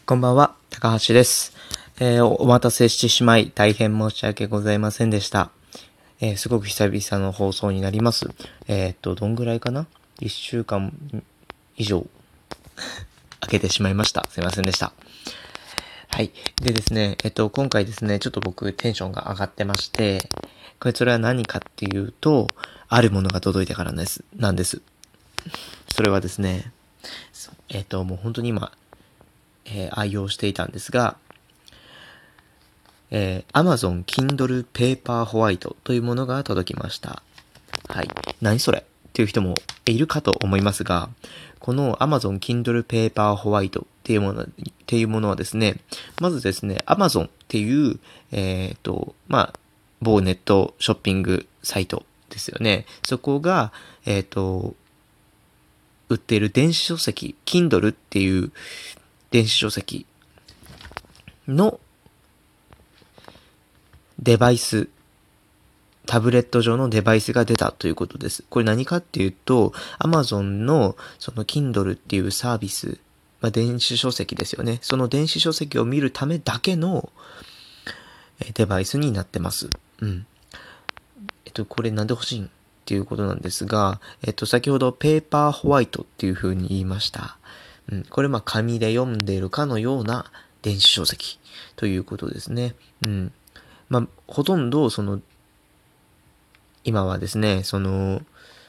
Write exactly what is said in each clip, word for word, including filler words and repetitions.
こんばんは、高橋です。えー、お待たせしてしまい大変申し訳ございませんでした。えー、すごく久々の放送になります。えー、っと、どんぐらいかな ?いっ 週間以上空けてしまいました。すいませんでした。はい。でですね、えっと、今回ですね、ちょっと僕テンションが上がってまして、これそれは何かっていうと、あるものが届いてからです、なんです。それはですね、えっと、もう本当に今、えー、愛用していたんですが、えー、Amazon Kindle Paper White というものが届きました。はい。何それっていう人もいるかと思いますが、この Amazon Kindle Paper White っていうもの、っていうものはですね、まずですね、Amazon っていう、えっと、まあ、某ネットショッピングサイトですよね。そこが、えっと、売っている電子書籍、Kindle っていう電子書籍のデバイス、タブレット上のデバイスが出たということです。これ何かっていうと、Amazon のその Kindle っていうサービス、まあ、電子書籍ですよね。その電子書籍を見るためだけのデバイスになってます。うん。えっと、これなんで欲しいんっていうことなんですが、えっと、先ほどペーパーホワイトっていう風に言いました。うん。これまあ紙で読んでいるかのような電子書籍ということですね。うん。まあ、ほとんどその今はですね、その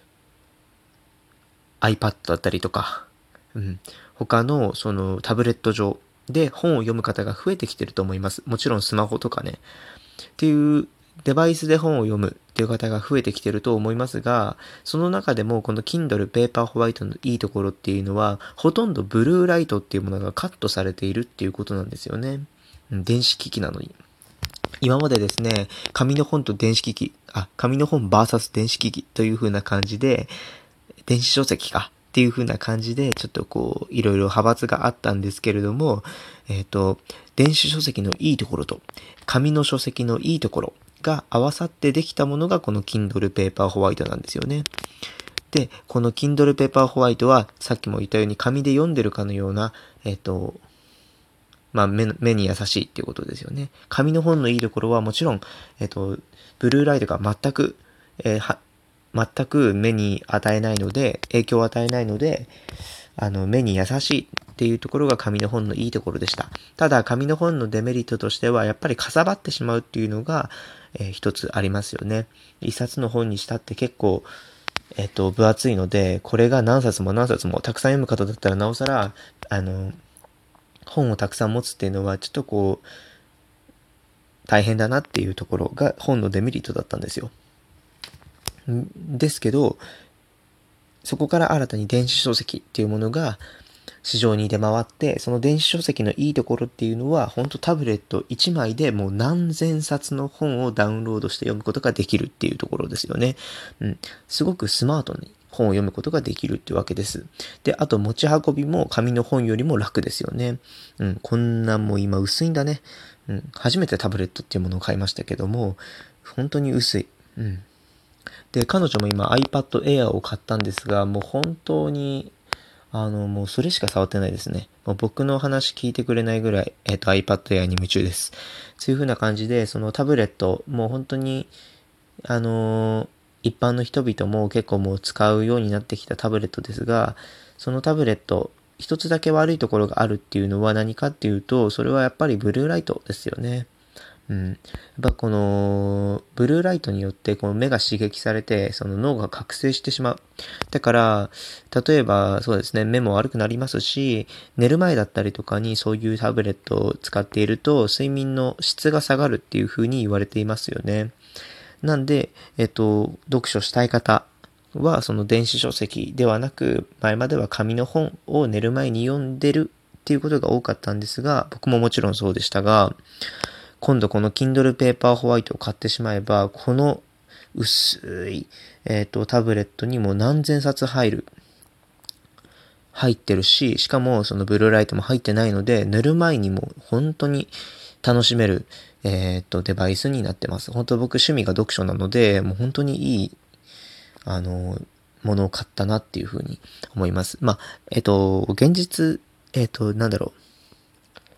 iPad だったりとか、うん、他のそのタブレット上で本を読む方が増えてきてると思います。もちろんスマホとかね、っていうデバイスで本を読むっていう方が増えてきてると思いますが、その中でもこの Kindle Paper White のいいところっていうのは、ほとんどブルーライトっていうものがカットされているっていうことなんですよね。うん、電子機器なのに。今までですね、紙の本と電子機器、あ、紙の本 ブイエス 電子機器という風な感じで、電子書籍かっていう風な感じで、ちょっとこう、いろいろ派閥があったんですけれども、えっと、電子書籍のいいところと、紙の書籍のいいところが合わさってできたものがこの Kindle Paper White なんですよね。で、この Kindle Paper White は、さっきも言ったように紙で読んでるかのような、えっと、まあ目、目に優しいっていうことですよね。紙の本のいいところはもちろん、えっと、ブルーライトが全く、えー、は、全く目に与えないので、影響を与えないので、あの、目に優しいっていうところが紙の本のいいところでした。ただ、紙の本のデメリットとしては、やっぱりかさばってしまうっていうのが、えー、一つありますよね。一冊の本にしたって結構、えっと、分厚いので、これが何冊も何冊もたくさん読む方だったらなおさら、あの、本をたくさん持つっていうのはちょっとこう大変だなっていうところが本のデメリットだったんですよ。ですけど、そこから新たに電子書籍っていうものが市場に出回って、その電子書籍のいいところっていうのは、本当タブレットいちまいでもう何千冊の本をダウンロードして読むことができるっていうところですよね。うん。すごくスマートに本を読むことができるっていうわけです。で、あと持ち運びも紙の本よりも楽ですよね。うん。こんなもう今薄いんだね。うん。初めてタブレットっていうものを買いましたけども、本当に薄い。うん。で、彼女も今 iPad Air を買ったんですが、もう本当にあの、もうそれしか触ってないですね。もう僕の話聞いてくれないぐらい、えっと、iPad Air に夢中です。そういう風な感じで、そのタブレット、もう本当に、あのー一般の人々も結構もう使うようになってきたタブレットですが、そのタブレット、一つだけ悪いところがあるっていうのは何かっていうと、それはやっぱりブルーライトですよね。うん。やっぱこの、ブルーライトによってこの目が刺激されて、その脳が覚醒してしまう。だから、例えばそうですね、目も悪くなりますし、寝る前だったりとかにそういうタブレットを使っていると、睡眠の質が下がるっていう風に言われていますよね。なんで、えっと、読書したい方は、その電子書籍ではなく、前までは紙の本を寝る前に読んでるっていうことが多かったんですが、僕ももちろんそうでしたが、今度この Kindle Paper White を買ってしまえば、この薄い、えっと、タブレットにも何千冊入る。入ってるし、しかもそのブルーライトも入ってないので、寝る前にも本当に楽しめる、えっと、デバイスになってます。本当僕趣味が読書なので、もう本当にいい、あの、ものを買ったなっていうふうに思います。まあ、えっと、現実、えっと、なんだろう。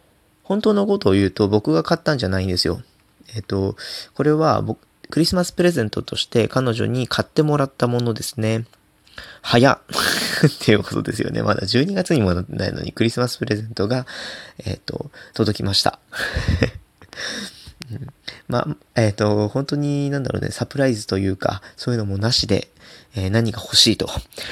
本当のことを言うと僕が買ったんじゃないんですよ。えっと、これは僕、クリスマスプレゼントとして彼女に買ってもらったものですね。早っっていうことですよね。まだじゅうにがつにもなってないのにクリスマスプレゼントが、えっと、届きました。うん、まあ、えっと、本当になんだろうね、サプライズというか、そういうのもなしで、えー何が欲しいと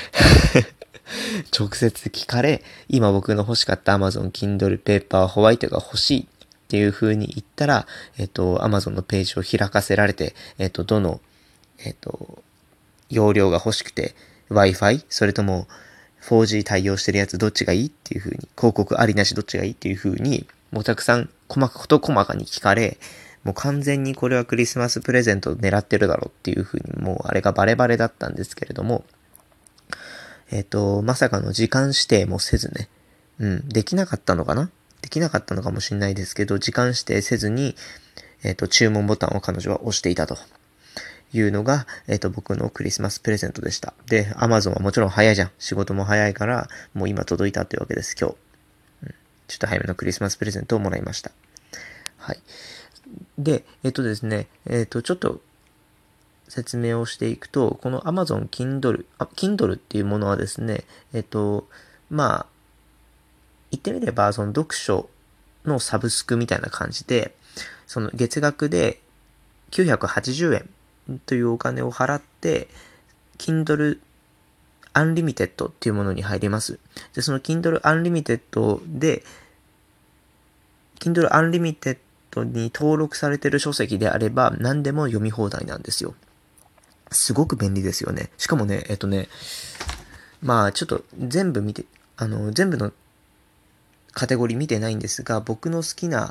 直接聞かれ、今僕の欲しかった Amazon Kindle Paper White が欲しいっていう風に言ったら、えっと、Amazon のページを開かせられて、えっと、どの、えっと、容量が欲しくて、Wi-Fi? それとも フォージー 対応してるやつどっちがいいっていう風に、広告ありなしどっちがいいっていう風に、もうたくさん細かこと細かに聞かれ、もう完全にこれはクリスマスプレゼントを狙ってるだろうっていう風に、もうあれがバレバレだったんですけれども、えっと、まさかの時間指定もせずね、うん、できなかったのかなできなかったのかもしれないですけど、時間指定せずに、えっと、注文ボタンを彼女は押していたというのが、えっと、僕のクリスマスプレゼントでした。で、Amazon はもちろん早いじゃん。仕事も早いから、もう今届いたというわけです、今日。うん、ちょっと早めのクリスマスプレゼントをもらいました。はい。で、えっとですね、えっと、ちょっと、説明をしていくと、この Amazon Kindle、あ Kindle っていうものはですね、えっと、まあ、言ってみれば、その読書のサブスクみたいな感じで、その月額できゅうひゃくはちじゅうえんというお金を払って、Kindle Unlimited っていうものに入ります。で、その Kindle Unlimited で、Kindle Unlimited に登録されている書籍であれば、何でも読み放題なんですよ。すごく便利ですよね。しかもね、えっとね、まあちょっと全部見て、あの、全部のカテゴリー見てないんですが、僕の好きな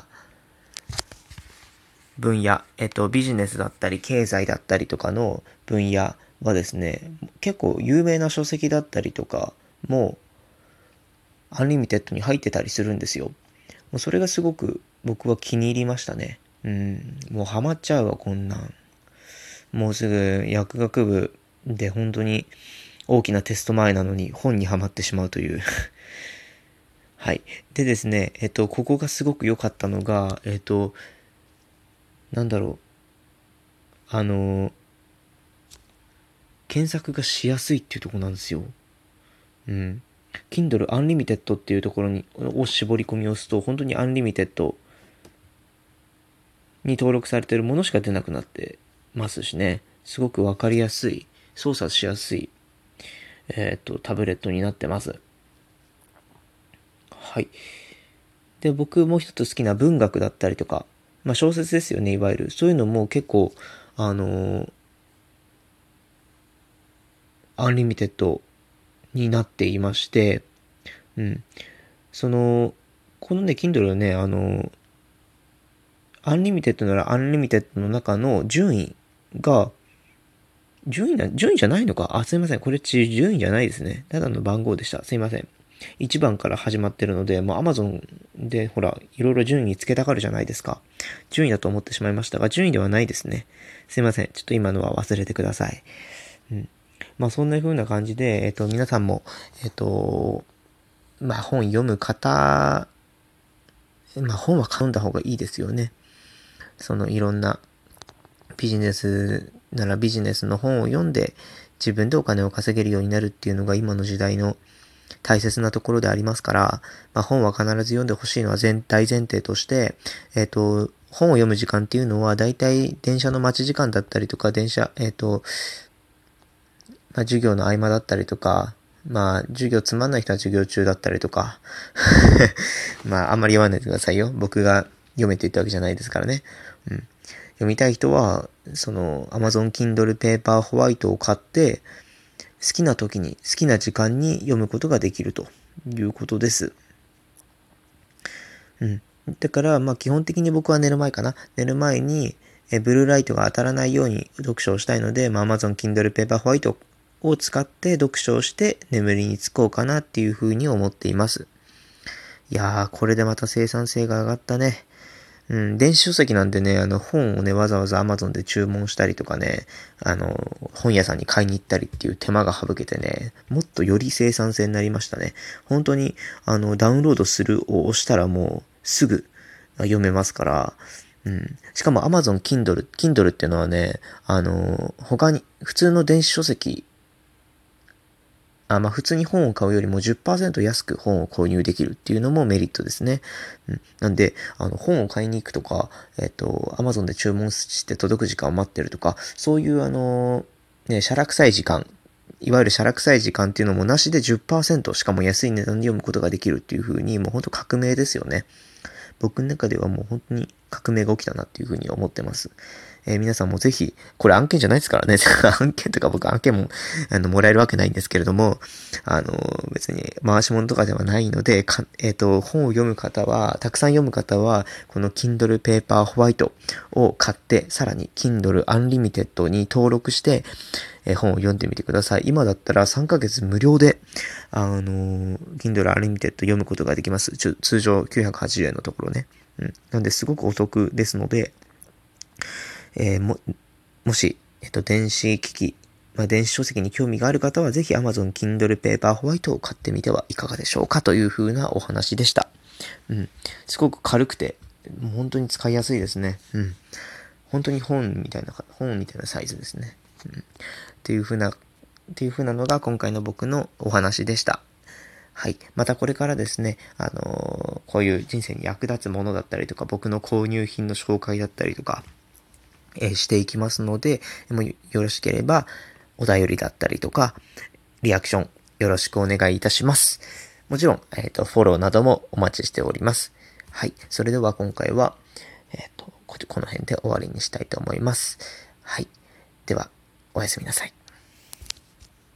分野、えっと、ビジネスだったり、経済だったりとかの分野はですね、結構有名な書籍だったりとかも、アンリミテッドに入ってたりするんですよ。もうそれがすごく僕は気に入りましたね。うん、もうハマっちゃうわ、こんなん。もうすぐ薬学部で本当に大きなテスト前なのに本にはまってしまうというはい。でですね、えっと、ここがすごく良かったのが、えっと、なんだろう、あの、検索がしやすいっていうところなんですよ。うん。Kindle Unlimited っていうところに、を絞り込みを押すと、本当に Unlimited に登録されているものしか出なくなってますしね。すごくわかりやすい、操作しやすい、えっと、タブレットになってます。はい。で、僕もう一つ好きな文学だったりとか、まあ小説ですよね、いわゆる。そういうのも結構、あのーアンリミテッドになっていまして、うん。その、このね、Kindle はね、あのーアンリミテッドならアンリミテッドの中の順位が、順位な、順位じゃないのかあ、すいません。これち、順位じゃないですね。ただの番号でした。すいません。いちばんから始まってるので、もう Amazon でほら、いろいろ順位つけたがるじゃないですか。順位だと思ってしまいましたが、順位ではないですね。すいません。ちょっと今のは忘れてください。うん。まあそんな風な感じで、えっと、皆さんも、えっと、まあ本読む方、まあ本は買うんだ方がいいですよね。そのいろんなビジネスならビジネスの本を読んで自分でお金を稼げるようになるっていうのが今の時代の大切なところでありますから、まあ、本は必ず読んでほしいのは全体前提として、えっと、本を読む時間っていうのはだいたい電車の待ち時間だったりとか、電車、えっと、まあ、授業の合間だったりとか、まあ、授業つまんない人は授業中だったりとか、まあ、あんまり読まないでくださいよ。僕が読めって言ったわけじゃないですからね。うん。読みたい人は、その Amazon Kindle Paper White を買って、好きな時に、好きな時間に読むことができるということです。うん。だから、まあ基本的に僕は寝る前かな。寝る前に、えブルーライトが当たらないように読書をしたいので、まあ、Amazon Kindle Paper White を使って読書をして眠りにつこうかなっていうふうに思っています。いやー、これでまた生産性が上がったね。うん、電子書籍なんでね、あの本をね、わざわざ Amazon で注文したりとかね、あの、本屋さんに買いに行ったりっていう手間が省けてね、もっとより生産性になりましたね。本当に、あの、ダウンロードするを押したらもう、すぐ、 読めますから、うん。しかも Amazon Kindle、Kindle っていうのはね、あの、他に、普通の電子書籍、あ、まあ普通に本を買うよりもじゅっパーセント安く本を購入できるっていうのもメリットですね。うん。なんで、あの本を買いに行くとか、えっと、Amazon で注文して届く時間を待ってるとか、そういうあの、ね、しゃらくさい時間、いわゆるしゃらくさい時間っていうのもなしでじゅっパーセント、しかも安い値段で読むことができるっていう風に、もうほんと革命ですよね。僕の中ではもう本当に革命が起きたなっていうふうに思ってます。えー皆さんもぜひ、これ案件じゃないですからね。案件とか僕案件も、あの、もらえるわけないんですけれども、あの、別に回し物とかではないので、かえっ、と、本を読む方は、たくさん読む方は、この Kindle Paper White を買って、さらに Kindle Unlimited に登録して、えー本を読んでみてください。今だったらさんかげつ無料で、あのー、Kindle Unlimited 読むことができます。ちょ通常きゅうひゃくはちじゅうえんのところね。うん。なんで、すごくお得ですので、えーも、もし、えっと、電子機器、まあ、電子書籍に興味がある方は、ぜひ Amazon Kindle Paper White を買ってみてはいかがでしょうかという風なお話でした。うん。すごく軽くて、もう本当に使いやすいですね。うん。本当に本みたいな、本みたいなサイズですね。うん。っていう風な、っていう風なのが今回の僕のお話でした。はい。またこれからですね、あのーこういう人生に役立つものだったりとか、僕の購入品の紹介だったりとか、えーしていきますので、もうよろしければ、お便りだったりとか、リアクション、よろしくお願いいたします。もちろん、えっと、フォローなどもお待ちしております。はい。それでは今回は、えっと、ここの辺で終わりにしたいと思います。はい。では、おやすみなさい。